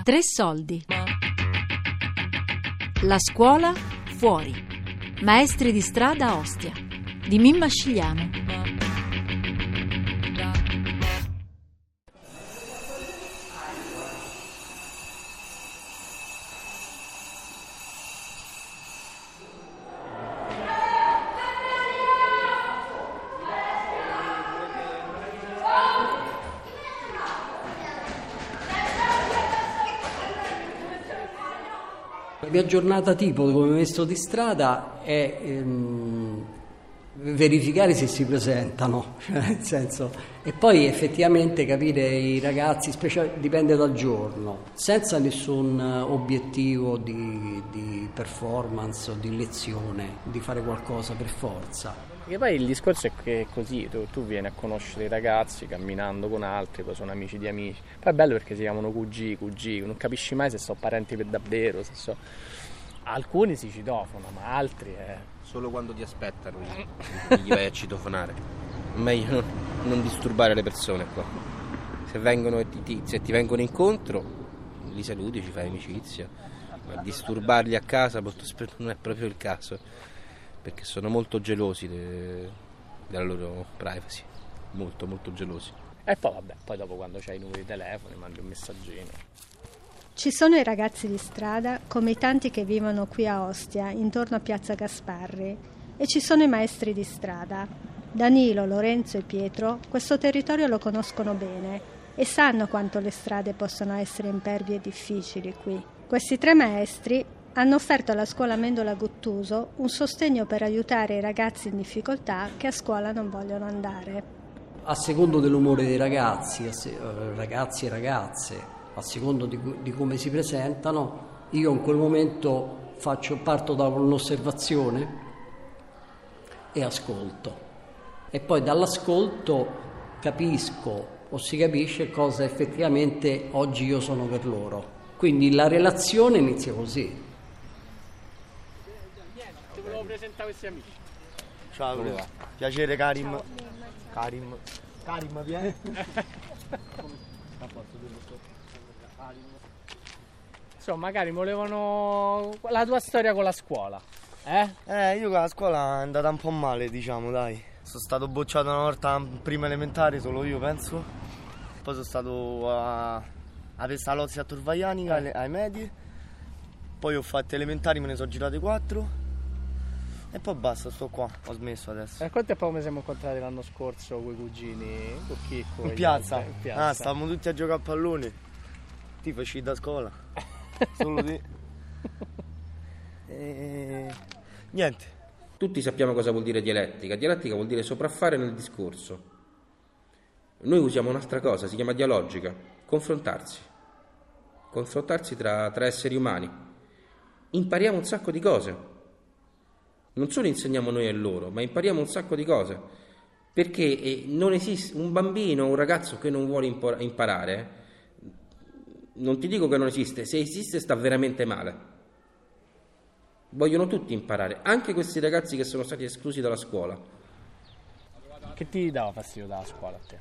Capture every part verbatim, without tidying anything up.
Tre soldi. La scuola fuori. Maestri di strada a Ostia di Mimma Scigliano. La mia giornata tipo come maestro di strada è ehm, verificare se si presentano, cioè nel senso, e poi effettivamente capire i ragazzi, special, dipende dal giorno, senza nessun obiettivo di, di performance o di lezione, di fare qualcosa per forza. Perché poi il discorso è che è così, tu, tu vieni a conoscere i ragazzi camminando con altri, poi sono amici di amici. Poi è bello perché si chiamano Q G, Q G, non capisci mai se sono parenti per davvero, se so... Alcuni si citofonano, ma altri è... Solo quando ti aspettano gli, gli vai a citofonare. Meglio non, non disturbare le persone qua. Se vengono e ti, ti, se ti vengono incontro, li saluti, ci fai amicizia. Ma disturbarli a casa molto spesso non è proprio il caso, perché sono molto gelosi de, della loro privacy, molto molto gelosi. E poi vabbè, poi dopo quando c'hai i numeri di telefono mandi un messaggino. Ci sono i ragazzi di strada, come i tanti che vivono qui a Ostia, intorno a Piazza Gasparri, e ci sono i maestri di strada. Danilo, Lorenzo e Pietro questo territorio lo conoscono bene e sanno quanto le strade possono essere impervie e difficili qui. Questi tre maestri hanno offerto alla scuola Amendola Guttuso un sostegno per aiutare i ragazzi in difficoltà che a scuola non vogliono andare. A secondo dell'umore dei ragazzi, se, ragazzi e ragazze, a secondo di, di come si presentano, io in quel momento faccio, parto da un'osservazione e ascolto. E poi dall'ascolto capisco o si capisce cosa effettivamente oggi io sono per loro. Quindi la relazione inizia così. Ti volevo presentare questi amici. Ciao, Ciao. Piacere Karim. Ciao. Karim. Karim, vieni. Insomma, magari volevano la tua storia con la scuola, eh? Eh, io con la scuola è andata un po' male, diciamo, dai. Sono stato bocciato una volta prima elementare, solo io penso. Poi sono stato a, a Pestalozzi a Torvaianica, eh. ai medi. Poi ho fatto elementari, me ne sono girate quattro. E poi basta, sto qua, ho smesso adesso. E quanto tempo mi siamo incontrati l'anno scorso con i cugini, con Chicco? In piazza. in piazza. Ah, stavamo tutti a giocare a pallone. Ti feci da scuola. Solo te. E... niente. Tutti sappiamo cosa vuol dire dialettica. Dialettica vuol dire sopraffare nel discorso. Noi usiamo un'altra cosa, si chiama dialogica. Confrontarsi. Confrontarsi tra, tra esseri umani. Impariamo un sacco di cose. Non solo insegniamo noi a loro, ma impariamo un sacco di cose. Perché non esiste un bambino, un ragazzo che non vuole imparare. Non ti dico che non esiste, se esiste sta veramente male. Vogliono tutti imparare, anche questi ragazzi che sono stati esclusi dalla scuola. Che ti dava fastidio dalla scuola a te?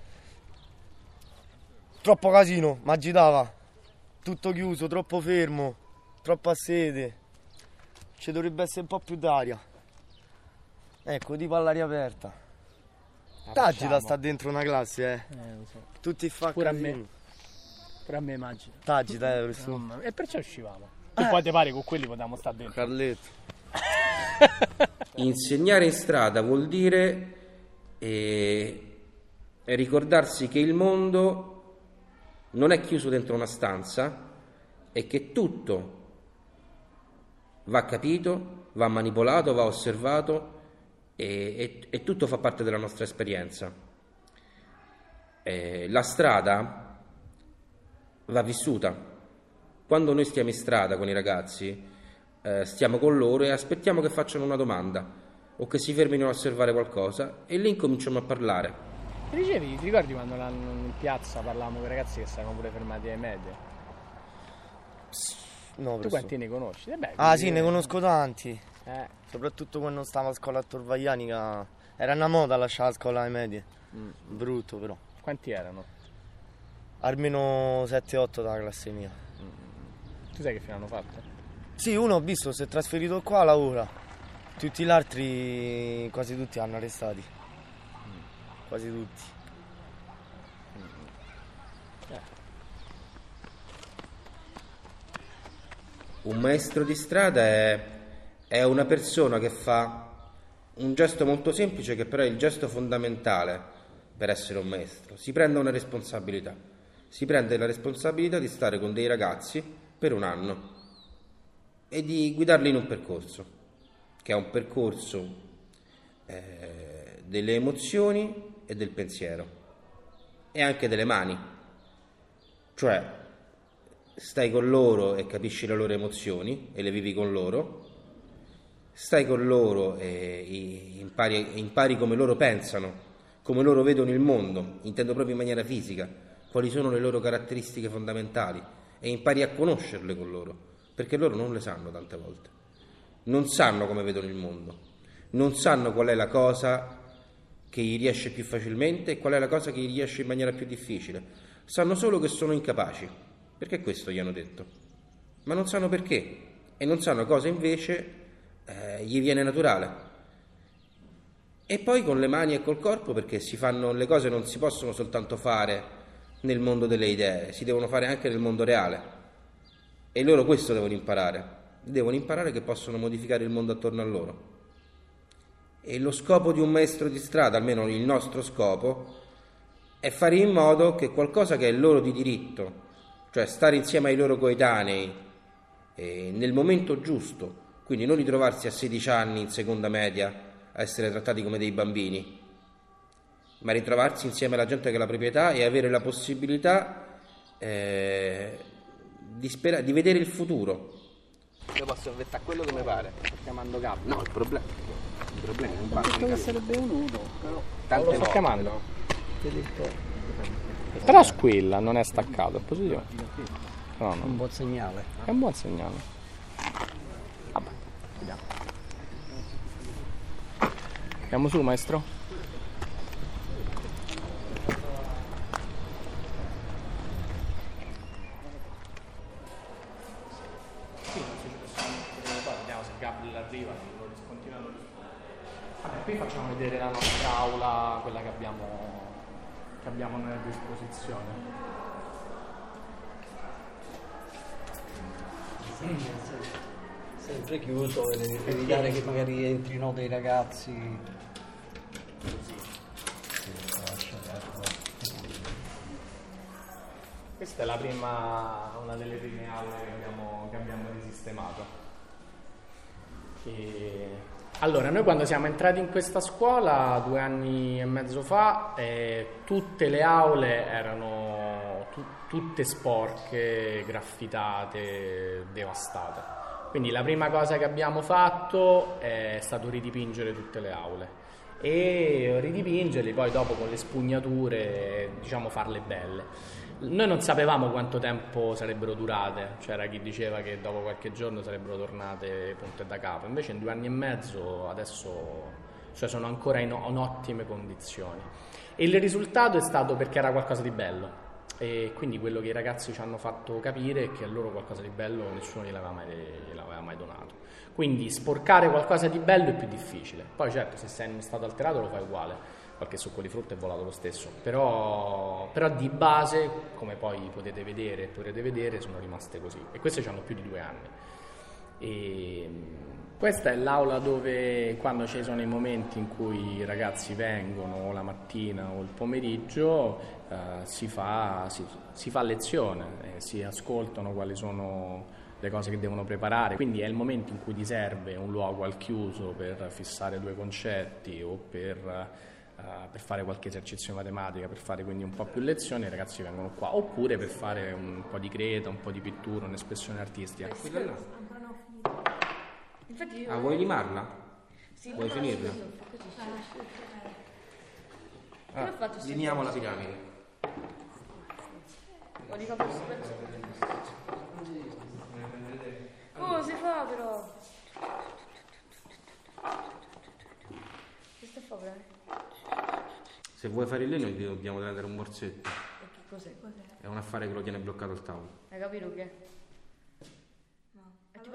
Troppo casino, mi agitava. Tutto chiuso, troppo fermo, troppa sede. Ci dovrebbe essere un po' più d'aria. Ecco, tipo all'aria aperta. T'agita sta dentro una classe, eh. Eh, lo so. Tutti fa Pure casino. a me. Pure a me immagino. T'agita, eh, questo. No, e perciò uscivamo. Tu eh. poi te pare con quelli potevamo stare dentro. Carletto. Insegnare in strada vuol dire eh, ricordarsi che il mondo non è chiuso dentro una stanza e che tutto va capito, va manipolato, va osservato e, e, e tutto fa parte della nostra esperienza. Eh, la strada va vissuta. Quando noi stiamo in strada con i ragazzi, eh, stiamo con loro e aspettiamo che facciano una domanda o che si fermino a osservare qualcosa e lì incominciamo a parlare. Ti dicevi, ti ricordi quando in piazza parlavamo con i ragazzi che stavano pure fermati ai medie? No, tu quanti ne conosci? Eh beh, ah sì, ne conosco tanti. Eh. Soprattutto quando stavo a scuola a Torvaianica. Era una moda lasciare la scuola ai medie. Mm. Brutto però. Quanti erano? Almeno sette otto dalla classe mia. Mm. Tu sai che fine hanno fatto? Sì, uno ho visto, si è trasferito qua, lavora. Tutti gli altri, quasi tutti hanno arrestati. Quasi tutti. Un maestro di strada è, è una persona che fa un gesto molto semplice, che però è il gesto fondamentale per essere un maestro. Si prende una responsabilità. Si prende la responsabilità di stare con dei ragazzi per un anno e di guidarli in un percorso, che è un percorso eh, delle emozioni e del pensiero e anche delle mani. Cioè, stai con loro e capisci le loro emozioni e le vivi con loro, stai con loro e impari, impari come loro pensano, come loro vedono il mondo, intendo proprio in maniera fisica, quali sono le loro caratteristiche fondamentali, e impari a conoscerle con loro, perché loro non le sanno tante volte, non sanno come vedono il mondo, non sanno qual è la cosa che gli riesce più facilmente e qual è la cosa che gli riesce in maniera più difficile, sanno solo che sono incapaci, perché questo gli hanno detto, ma non sanno perché, e non sanno cosa invece eh, gli viene naturale. E poi con le mani e col corpo, perché si fanno le cose, non si possono soltanto fare nel mondo delle idee, si devono fare anche nel mondo reale, e loro questo devono imparare, devono imparare che possono modificare il mondo attorno a loro. E lo scopo di un maestro di strada, almeno il nostro scopo, è fare in modo che qualcosa che è loro di diritto, cioè stare insieme ai loro coetanei eh, nel momento giusto, quindi non ritrovarsi a sedici anni in seconda media a essere trattati come dei bambini, ma ritrovarsi insieme alla gente che ha la proprietà e avere la possibilità eh, di, spera- di vedere il futuro. Io posso mettere a quello che mi pare, chiamando capo. No, il problema, il problema è un Ho detto che sarebbe un uno, però Tante lo sto chiamando. Però squilla, non è staccato, è positivo. No, no. è un buon segnale. È un buon segnale. Vabbè, vediamo. Andiamo su, maestro? Sì, vediamo se Gabriel arriva, lo discontinuano. Vabbè, qui facciamo vedere la nostra aula, quella che abbiamo che abbiamo a disposizione. Sempre chiuso per evitare che magari entrino dei ragazzi. Questa è la prima, una delle prime aule che abbiamo, che abbiamo risistemato. E... Allora, noi quando siamo entrati in questa scuola due anni e mezzo fa, eh, tutte le aule erano tu, tutte sporche, graffitate, devastate. Quindi la prima cosa che abbiamo fatto è stato ridipingere tutte le aule e ridipingerle, poi dopo con le spugnature, diciamo, farle belle. Noi non sapevamo quanto tempo sarebbero durate, c'era chi diceva che dopo qualche giorno sarebbero tornate punte da capo, invece in due anni e mezzo adesso, cioè, sono ancora in, in ottime condizioni. E il risultato è stato perché era qualcosa di bello, e quindi quello che i ragazzi ci hanno fatto capire è che a loro qualcosa di bello nessuno gliel'aveva mai, gliel'aveva mai donato. Quindi sporcare qualcosa di bello è più difficile, poi certo se sei in stato alterato lo fai uguale, qualche succo di frutta è volato lo stesso, però, però di base, come poi potete vedere e potrete vedere, sono rimaste così, e queste hanno più di due anni. E questa è l'aula dove, quando ci sono i momenti in cui i ragazzi vengono, o la mattina o il pomeriggio, eh, si, fa, si, si fa lezione, eh, si ascoltano quali sono le cose che devono preparare, quindi è il momento in cui ti serve un luogo al chiuso per fissare due concetti o per... Uh, per fare qualche esercizio di matematica, per fare quindi un po' più lezioni, i ragazzi vengono qua, oppure per fare un po' di creta, un po' di pittura, un'espressione artistica. Quella là. Infatti io... Ah, vuoi limarla? Sì, Vuoi finirla? Come ho fatto sto Liniamo la piramide. Ho di capire questo pezzo. Oh, si fa però. Che sta fa però? Se vuoi fare il legno ti dobbiamo prendere un morsetto. E che cos'è? Cos'è? È un affare che lo tiene bloccato al tavolo. Hai capito che?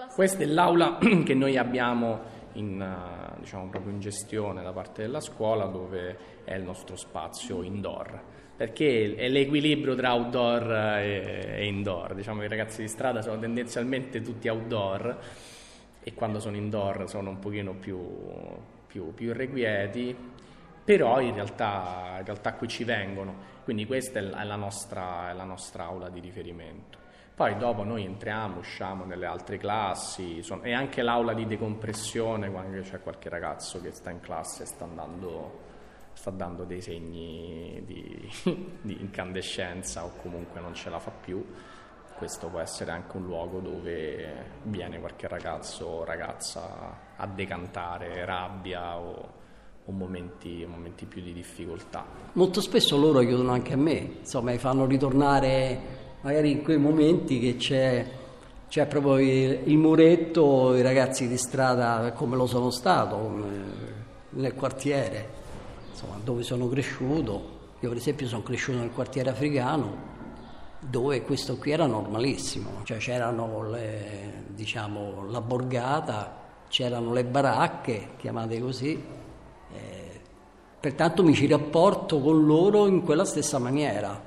Questa è l'aula che noi abbiamo in, diciamo, proprio in gestione da parte della scuola, dove è il nostro spazio indoor, perché è l'equilibrio tra outdoor e, e indoor. Diciamo che i ragazzi di strada sono tendenzialmente tutti outdoor e quando sono indoor sono un pochino più, più, più irrequieti, però in realtà, in realtà qui ci vengono, quindi questa è la nostra, è la nostra aula di riferimento. Poi dopo noi entriamo, usciamo nelle altre classi, sono, è anche l'aula di decompressione quando c'è qualche ragazzo che sta in classe e sta andando, sta dando dei segni di, di incandescenza o comunque non ce la fa più. Questo può essere anche un luogo dove viene qualche ragazzo o ragazza a decantare rabbia o, o momenti, momenti più di difficoltà. Molto spesso loro aiutano anche a me, insomma mi fanno ritornare magari in quei momenti che c'è, c'è proprio il, il muretto, i ragazzi di strada come lo sono stato, come nel quartiere, insomma dove sono cresciuto. Io per esempio sono cresciuto nel quartiere africano, dove questo qui era normalissimo, cioè c'erano le, diciamo, la borgata, c'erano le baracche, chiamate così, eh, pertanto mi ci rapporto con loro in quella stessa maniera.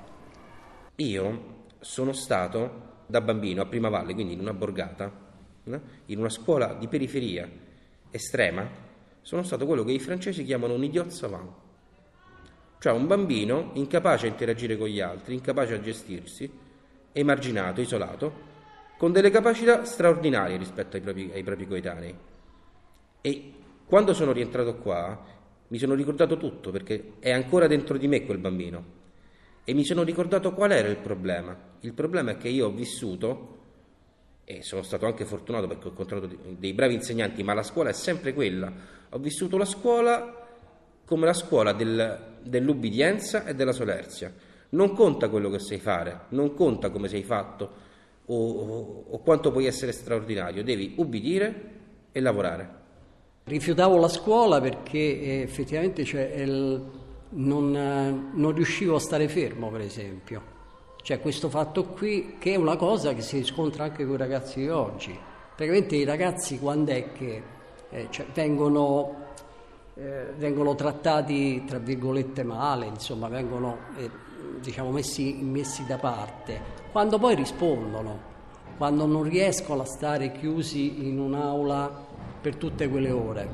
Io sono stato da bambino a Primavalle, quindi in una borgata, no? In una scuola di periferia estrema, sono stato quello che i francesi chiamano un idiot savant, cioè un bambino incapace a interagire con gli altri, incapace a gestirsi, emarginato, isolato, con delle capacità straordinarie rispetto ai propri, ai propri coetanei. E quando sono rientrato qua mi sono ricordato tutto, perché è ancora dentro di me quel bambino. E mi sono ricordato qual era il problema. Il problema è che io ho vissuto, e sono stato anche fortunato perché ho incontrato dei bravi insegnanti, ma la scuola è sempre quella. Ho vissuto la scuola come la scuola del, dell'ubbidienza e della solerzia. Non conta quello che sai fare, non conta come sei fatto o, o, o quanto puoi essere straordinario. Devi ubbidire e lavorare. Rifiutavo la scuola perché effettivamente cioè, il... Non, non riuscivo a stare fermo, per esempio. Cioè questo fatto qui, che è una cosa che si riscontra anche con i ragazzi di oggi. Praticamente i ragazzi quando è che eh, cioè, vengono, eh, vengono trattati tra virgolette male, insomma vengono eh, diciamo messi, messi da parte, quando poi rispondono, quando non riescono a stare chiusi in un'aula per tutte quelle ore.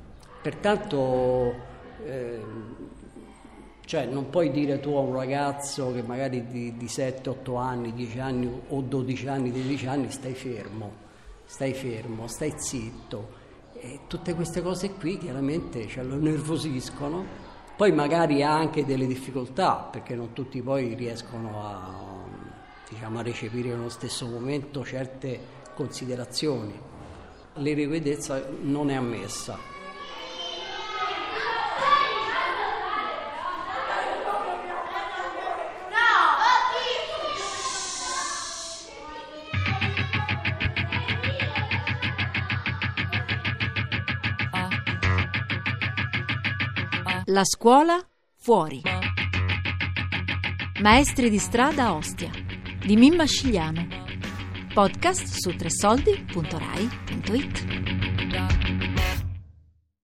Pertanto eh, cioè non puoi dire tu a un ragazzo che magari di, di sette otto anni, dieci anni o dodici anni, tredici anni stai fermo, stai fermo, stai zitto. E tutte queste cose qui chiaramente cioè, lo nervosiscono. Poi magari ha anche delle difficoltà perché non tutti poi riescono a, diciamo, a recepire nello stesso momento certe considerazioni. L'irrequietezza non è ammessa. La scuola fuori. Maestri di strada a Ostia di Mimma Scigliano. Podcast su tresoldi punto rai punto it.